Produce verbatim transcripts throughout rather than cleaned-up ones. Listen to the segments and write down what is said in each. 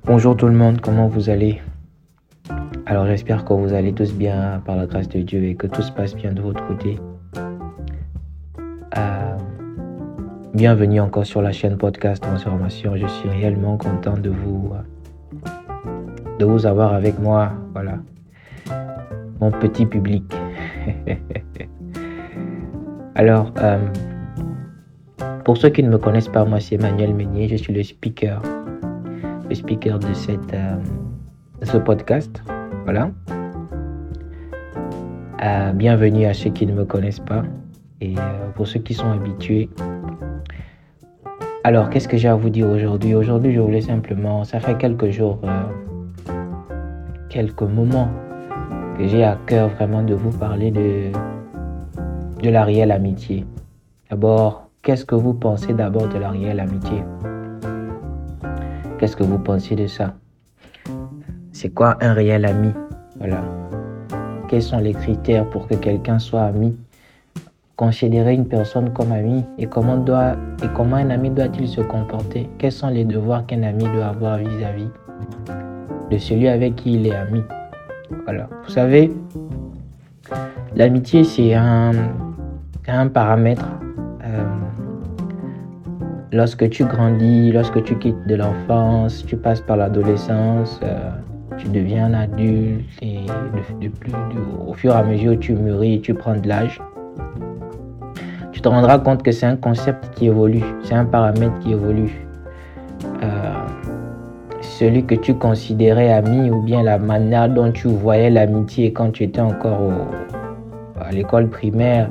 Bonjour tout le monde, comment vous allez? Alors j'espère que vous allez tous bien par la grâce de Dieu et que tout se passe bien de votre côté. Euh, bienvenue encore sur la chaîne Podcast Transformation. Je suis réellement content de vous, de vous avoir avec moi. Voilà, mon petit public. Alors, euh, pour ceux qui ne me connaissent pas, moi c'est Emmanuel Meunier, je suis le speaker, le speaker de cette, euh, de ce podcast. Voilà. Euh, bienvenue à ceux qui ne me connaissent pas et euh, pour ceux qui sont habitués. Alors, qu'est-ce que j'ai à vous dire aujourd'hui? Aujourd'hui, je voulais simplement, ça fait quelques jours, euh, quelques moments que j'ai à cœur vraiment de vous parler de, de la réelle amitié. D'abord, qu'est-ce que vous pensez d'abord de la réelle amitié? Qu'est-ce que vous pensez de ça? C'est quoi un réel ami? Voilà. Quels sont les critères pour que quelqu'un soit ami? Considérer une personne comme ami et comment, doit, et comment un ami doit-il se comporter? Quels sont les devoirs qu'un ami doit avoir vis-à-vis de celui avec qui il est ami? Voilà. Vous savez, l'amitié, c'est un, un paramètre. Euh, lorsque tu grandis, lorsque tu quittes de l'enfance, tu passes par l'adolescence, euh, tu deviens un adulte et de, de plus, de, au fur et à mesure tu mûris, tu prends de l'âge. Tu te rendras compte que c'est un concept qui évolue, c'est un paramètre qui évolue. Euh, celui que tu considérais ami ou bien la manière dont tu voyais l'amitié quand tu étais encore au, à l'école primaire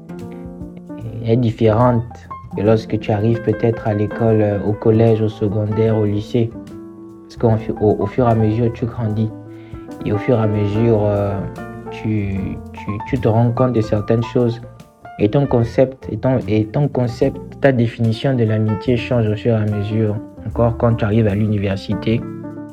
est différente que lorsque tu arrives peut-être à l'école, au collège, au secondaire, au lycée. Parce qu'au au, au fur et à mesure, tu grandis. Et au fur et à mesure, euh, tu, tu, tu te rends compte de certaines choses. Et ton concept, et ton, et ton concept, ta définition de l'amitié change au fur et à mesure. Encore quand tu arrives à l'université.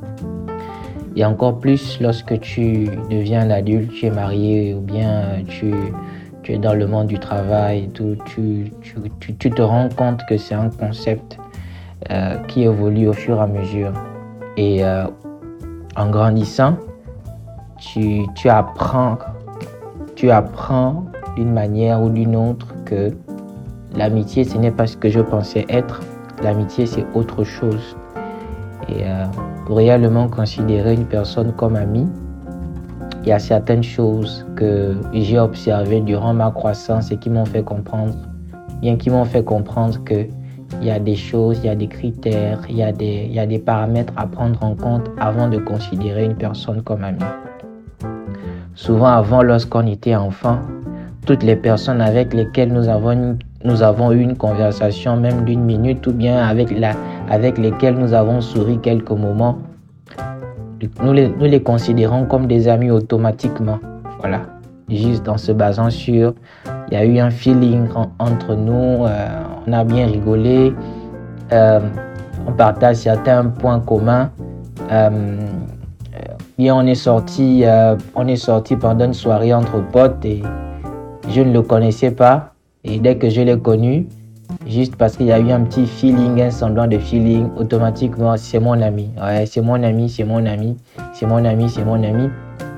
Et encore plus lorsque tu deviens un adulte, tu es marié ou bien tu, tu es dans le monde du travail. Tout, tu, tu, tu, tu te rends compte que c'est un concept euh, qui évolue au fur et à mesure. Et euh, en grandissant, tu, tu apprends, tu apprends d'une manière ou d'une autre que l'amitié, ce n'est pas ce que je pensais être. L'amitié, c'est autre chose. Et euh, pour réellement considérer une personne comme amie, il y a certaines choses que j'ai observées durant ma croissance et qui m'ont fait comprendre, bien qui m'ont fait comprendre que il y a des choses, il y a des critères, il y a des, il y a des paramètres à prendre en compte avant de considérer une personne comme amie. Souvent avant, lorsqu'on était enfant, toutes les personnes avec lesquelles nous avons, une, nous avons eu une conversation, même d'une minute, ou bien avec, la, avec lesquelles nous avons souri quelques moments, nous les, nous les considérons comme des amis automatiquement. Voilà. Juste en se basant sur, il y a eu un feeling en, entre nous, euh, on a bien rigolé, euh, on partage certains points communs. Euh, bien on est sorti, euh, on est sorti pendant une soirée entre potes et je ne le connaissais pas. Et dès que je l'ai connu, juste parce qu'il y a eu un petit feeling, un semblant de feeling, automatiquement c'est mon ami. Ouais, c'est mon ami, c'est mon ami, c'est mon ami, c'est mon ami.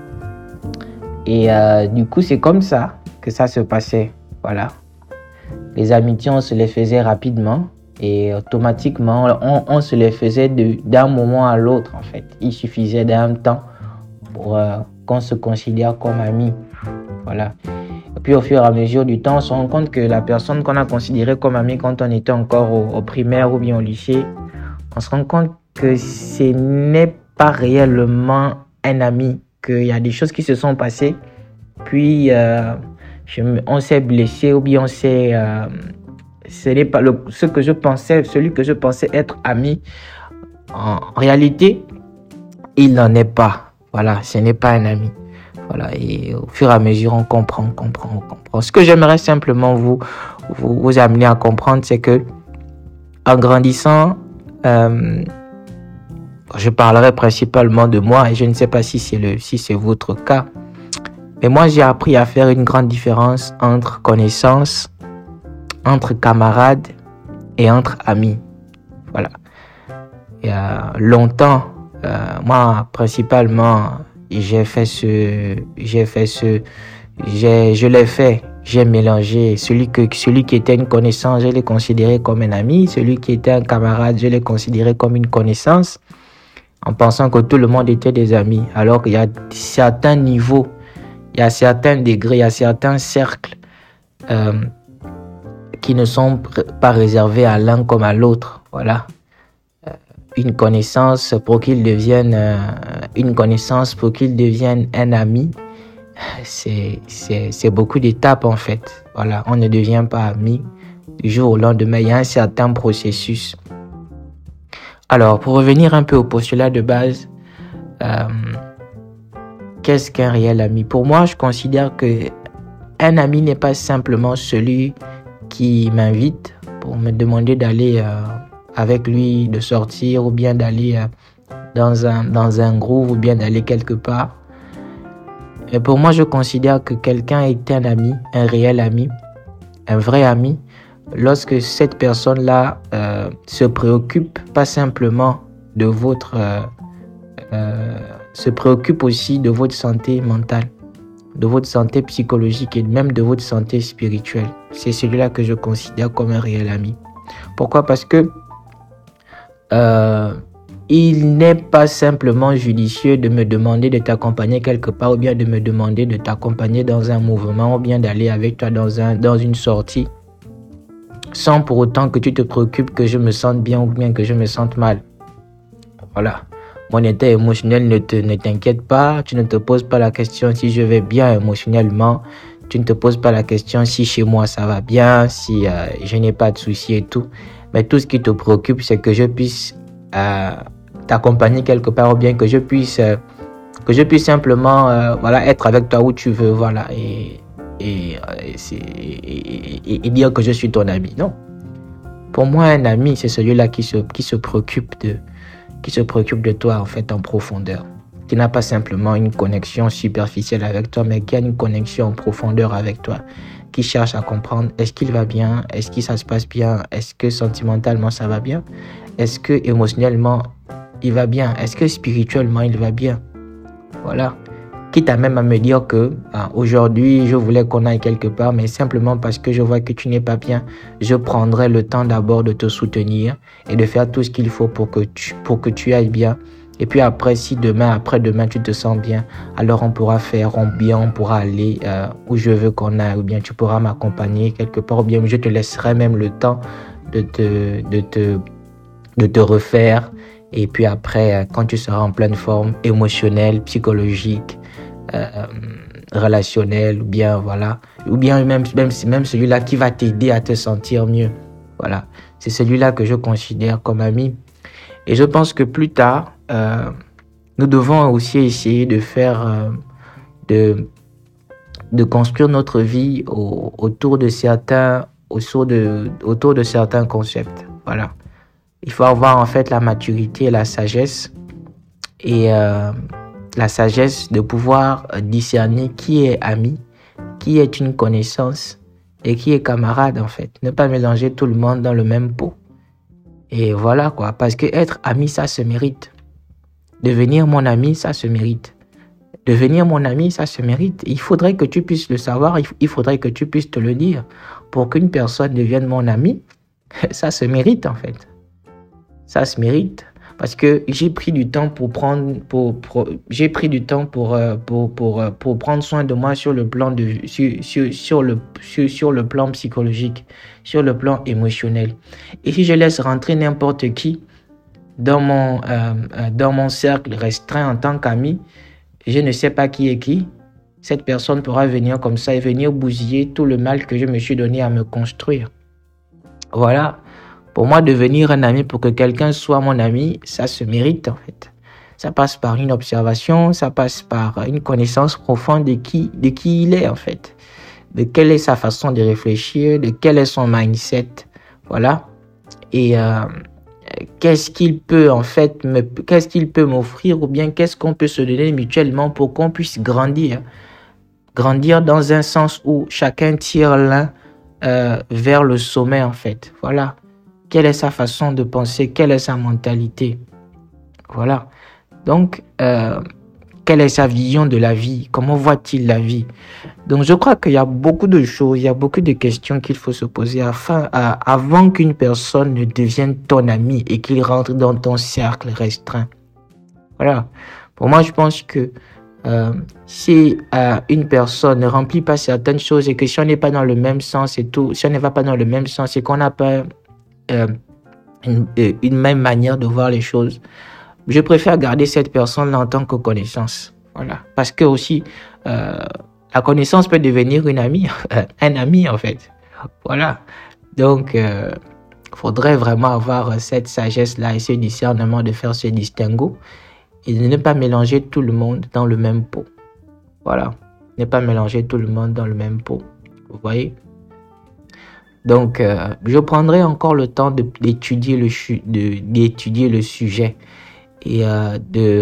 Et euh, du coup, c'est comme ça que ça se passait. Voilà. Les amitiés, on se les faisait rapidement et automatiquement, on, on se les faisait de, d'un moment à l'autre, en fait. Il suffisait d'un temps pour euh, qu'on se considère comme amis. Voilà. Et puis, au fur et à mesure du temps, on se rend compte que la personne qu'on a considérée comme amie quand on était encore au, au primaire ou bien au lycée, on se rend compte que ce n'est pas réellement un ami. Qu'il y a des choses qui se sont passées, puis euh, je, on s'est blessé ou bien on s'est, euh, ce n'est pas le, ce que je pensais, celui que je pensais être ami. En, en réalité, il n'en est pas. Voilà, ce n'est pas un ami. Voilà, et au fur et à mesure, on comprend, on comprend, on comprend. Ce que j'aimerais simplement vous, vous, vous amener à comprendre, c'est que en grandissant, euh, je parlerai principalement de moi et je ne sais pas si c'est, le, si c'est votre cas. Mais moi, j'ai appris à faire une grande différence entre connaissances, entre camarades et entre amis. Voilà. Il y a longtemps, Euh, moi, principalement, j'ai fait ce, j'ai fait ce, j'ai, je l'ai fait. J'ai mélangé celui que, celui qui était une connaissance, je l'ai considéré comme un ami. Celui qui était un camarade, je l'ai considéré comme une connaissance, en pensant que tout le monde était des amis. Alors qu'il y a certains niveaux, il y a certains degrés, il y a certains cercles euh, qui ne sont pas réservés à l'un comme à l'autre. Voilà. Une connaissance pour qu'il devienne euh, une connaissance pour qu'il devienne un ami, c'est, c'est, c'est beaucoup d'étapes en fait. Voilà, on ne devient pas ami du jour au lendemain. Il y a un certain processus. Alors, pour revenir un peu au postulat de base, euh, qu'est-ce qu'un réel ami? Pour moi, je considère que un ami n'est pas simplement celui qui m'invite pour me demander d'aller euh, avec lui, de sortir ou bien d'aller euh, dans un, dans un groupe ou bien d'aller quelque part. Et pour moi, je considère que quelqu'un est un ami, un réel ami, un vrai ami, lorsque cette personne-là euh, se préoccupe pas simplement de votre... Euh, euh, se préoccupe aussi de votre santé mentale, de votre santé psychologique et même de votre santé spirituelle. C'est celui-là que je considère comme un réel ami. Pourquoi? Parce que euh, il n'est pas simplement judicieux de me demander de t'accompagner quelque part ou bien de me demander de t'accompagner dans un mouvement ou bien d'aller avec toi dans, un, dans une sortie sans pour autant que tu te préoccupes que je me sente bien ou bien que je me sente mal. Voilà. Mon état émotionnel ne, te, ne t'inquiète pas. Tu ne te poses pas la question si je vais bien émotionnellement. Tu ne te poses pas la question si chez moi ça va bien, si euh, je n'ai pas de soucis et tout. Mais tout ce qui te préoccupe, c'est que je puisse euh, t'accompagner quelque part ou bien que je puisse, euh, que je puisse simplement euh, voilà, être avec toi où tu veux. Voilà, et, et, et, c'est, et, et, et dire que je suis ton ami. Non. Pour moi, un ami, c'est celui-là qui se, qui se préoccupe de... qui se préoccupe de toi en fait en profondeur, qui n'a pas simplement une connexion superficielle avec toi, mais qui a une connexion en profondeur avec toi, qui cherche à comprendre est-ce qu'il va bien, est-ce que ça se passe bien, est-ce que sentimentalement ça va bien, est-ce que émotionnellement il va bien, est-ce que spirituellement il va bien. Voilà. Quitte à même à me dire que ah, aujourd'hui je voulais qu'on aille quelque part, mais simplement parce que je vois que tu n'es pas bien, je prendrai le temps d'abord de te soutenir et de faire tout ce qu'il faut pour que tu, pour que tu ailles bien. Et puis après, si demain, après-demain, tu te sens bien, alors on pourra faire on bien, on pourra aller euh, où je veux qu'on aille, ou bien tu pourras m'accompagner quelque part, ou bien je te laisserai même le temps de te, de te, de te refaire. Et puis après, quand tu seras en pleine forme émotionnelle, psychologique, Euh, relationnel ou bien voilà ou bien même même même celui-là qui va t'aider à te sentir mieux. Voilà, c'est celui-là que je considère comme ami. Et je pense que plus tard euh, nous devons aussi essayer de faire euh, de de construire notre vie au, autour de certains autour de autour de certains concepts. Voilà, il faut avoir en fait la maturité et la sagesse et euh, la sagesse de pouvoir discerner qui est ami, qui est une connaissance et qui est camarade en fait. Ne pas mélanger tout le monde dans le même pot. Et voilà quoi, parce que être ami, ça se mérite. Devenir mon ami, ça se mérite. Devenir mon ami, ça se mérite. Il faudrait que tu puisses le savoir, il faudrait que tu puisses te le dire. Pour qu'une personne devienne mon ami, ça se mérite en fait. Ça se mérite. Parce que j'ai pris du temps pour prendre, pour, pour j'ai pris du temps pour, pour, pour, pour prendre soin de moi sur le plan de, sur, sur, sur le, sur, sur le plan psychologique, sur le plan émotionnel. Et si je laisse rentrer n'importe qui dans mon, euh, dans mon cercle restreint en tant qu'ami, je ne sais pas qui est qui. Cette personne pourra venir comme ça et venir bousiller tout le mal que je me suis donné à me construire. Voilà. Pour moi, devenir un ami, pour que quelqu'un soit mon ami, ça se mérite en fait. Ça passe par une observation, ça passe par une connaissance profonde de qui, de qui il est en fait. De quelle est sa façon de réfléchir, de quel est son mindset. Voilà. Et euh, qu'est-ce qu'il peut en fait, me, qu'est-ce qu'il peut m'offrir ou bien qu'est-ce qu'on peut se donner mutuellement pour qu'on puisse grandir. Grandir dans un sens où chacun tire l'un euh, vers le sommet en fait. Voilà. Quelle est sa façon de penser? Quelle est sa mentalité? Voilà. Donc, euh, quelle est sa vision de la vie? Comment voit-il la vie? Donc, je crois qu'il y a beaucoup de choses, il y a beaucoup de questions qu'il faut se poser afin, à, avant qu'une personne ne devienne ton ami et qu'il rentre dans ton cercle restreint. Voilà. Pour moi, je pense que euh, si euh, une personne ne remplit pas certaines choses et que si on n'est pas dans le même sens et tout, si on ne va pas dans le même sens et qu'on n'a pas euh, une, une même manière de voir les choses, je préfère garder cette personne-là en tant que connaissance. Voilà. Parce que aussi, euh, la connaissance peut devenir une amie, un ami en fait. Voilà. Donc, il euh, faudrait vraiment avoir cette sagesse-là et ce discernement de faire ce distinguo et de ne pas mélanger tout le monde dans le même pot. Voilà. Ne pas mélanger tout le monde dans le même pot. Vous voyez? Donc, euh, je prendrai encore le temps de, d'étudier, le, de, d'étudier le sujet et euh, de,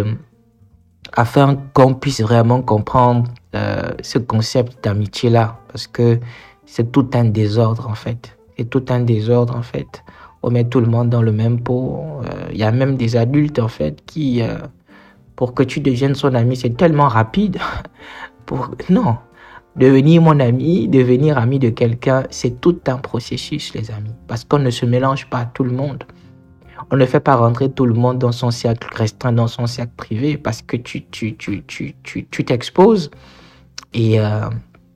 afin qu'on puisse vraiment comprendre euh, ce concept d'amitié-là, parce que c'est tout un désordre en fait. C'est tout un désordre en fait. On met tout le monde dans le même pot. Il euh, y a même des adultes en fait qui, euh, pour que tu deviennes son ami, c'est tellement rapide. pour Non, devenir mon ami, devenir ami de quelqu'un, c'est tout un processus les amis, parce qu'on ne se mélange pas à tout le monde. On ne fait pas rentrer tout le monde dans son cercle restreint, dans son cercle privé, parce que tu, tu, tu, tu, tu, tu t'exposes et euh,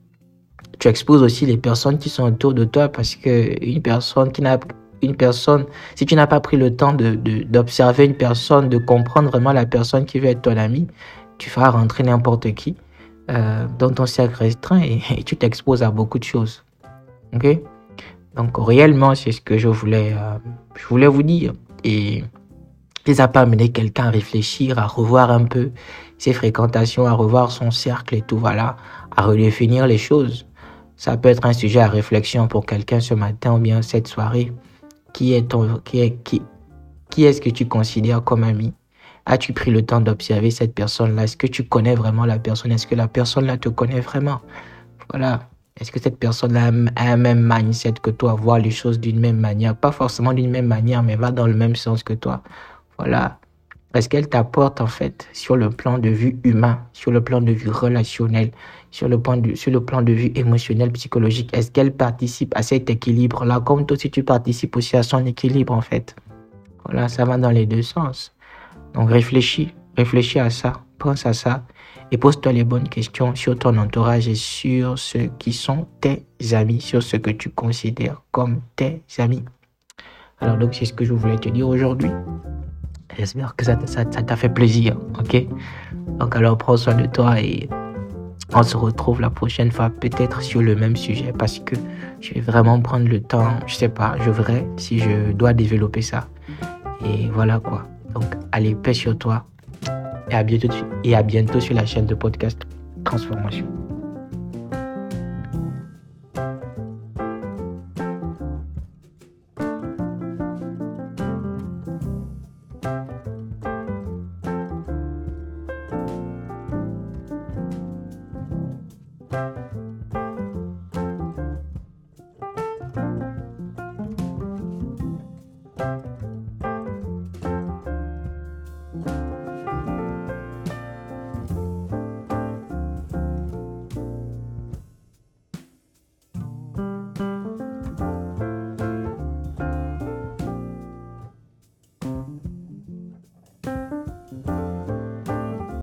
tu exposes aussi les personnes qui sont autour de toi, parce que une personne qui n'a une personne, si tu n'as pas pris le temps de, de, d'observer une personne, de comprendre vraiment la personne qui veut être ton ami, tu feras rentrer n'importe qui euh, dans ton cercle restreint et, et tu t'exposes à beaucoup de choses. Ok? Donc réellement, c'est ce que je voulais, euh, je voulais vous dire. Et ça peut amener quelqu'un à réfléchir, à revoir un peu ses fréquentations, à revoir son cercle et tout, voilà, à redéfinir les choses. Ça peut être un sujet à réflexion pour quelqu'un ce matin ou bien cette soirée. Qui est ton, qui est, qui, qui est-ce que tu considères comme ami? As-tu pris le temps d'observer cette personne-là? Est-ce que tu connais vraiment la personne? Est-ce que la personne-là te connaît vraiment? Voilà. Est-ce que cette personne-là a un même mindset que toi, voir les choses d'une même manière? Pas forcément d'une même manière, mais va dans le même sens que toi. Voilà. Est-ce qu'elle t'apporte, en fait, sur le plan de vue humain, sur le plan de vue relationnel, sur le plan de, sur le plan de vue émotionnel, psychologique? Est-ce qu'elle participe à cet équilibre-là, comme toi, si tu participes aussi à son équilibre, en fait? Voilà, ça va dans les deux sens. Donc, réfléchis, réfléchis à ça, pense à ça. Et pose-toi les bonnes questions sur ton entourage et sur ceux qui sont tes amis, sur ce que tu considères comme tes amis. Alors donc, c'est ce que je voulais te dire aujourd'hui. J'espère que ça, ça, ça t'a fait plaisir, ok? Donc alors, prends soin de toi et on se retrouve la prochaine fois, peut-être sur le même sujet, parce que je vais vraiment prendre le temps, je sais pas, je verrai si je dois développer ça. Et voilà quoi. Donc, allez, paix sur toi. Et à bientôt, et à bientôt sur la chaîne de podcast Transformation.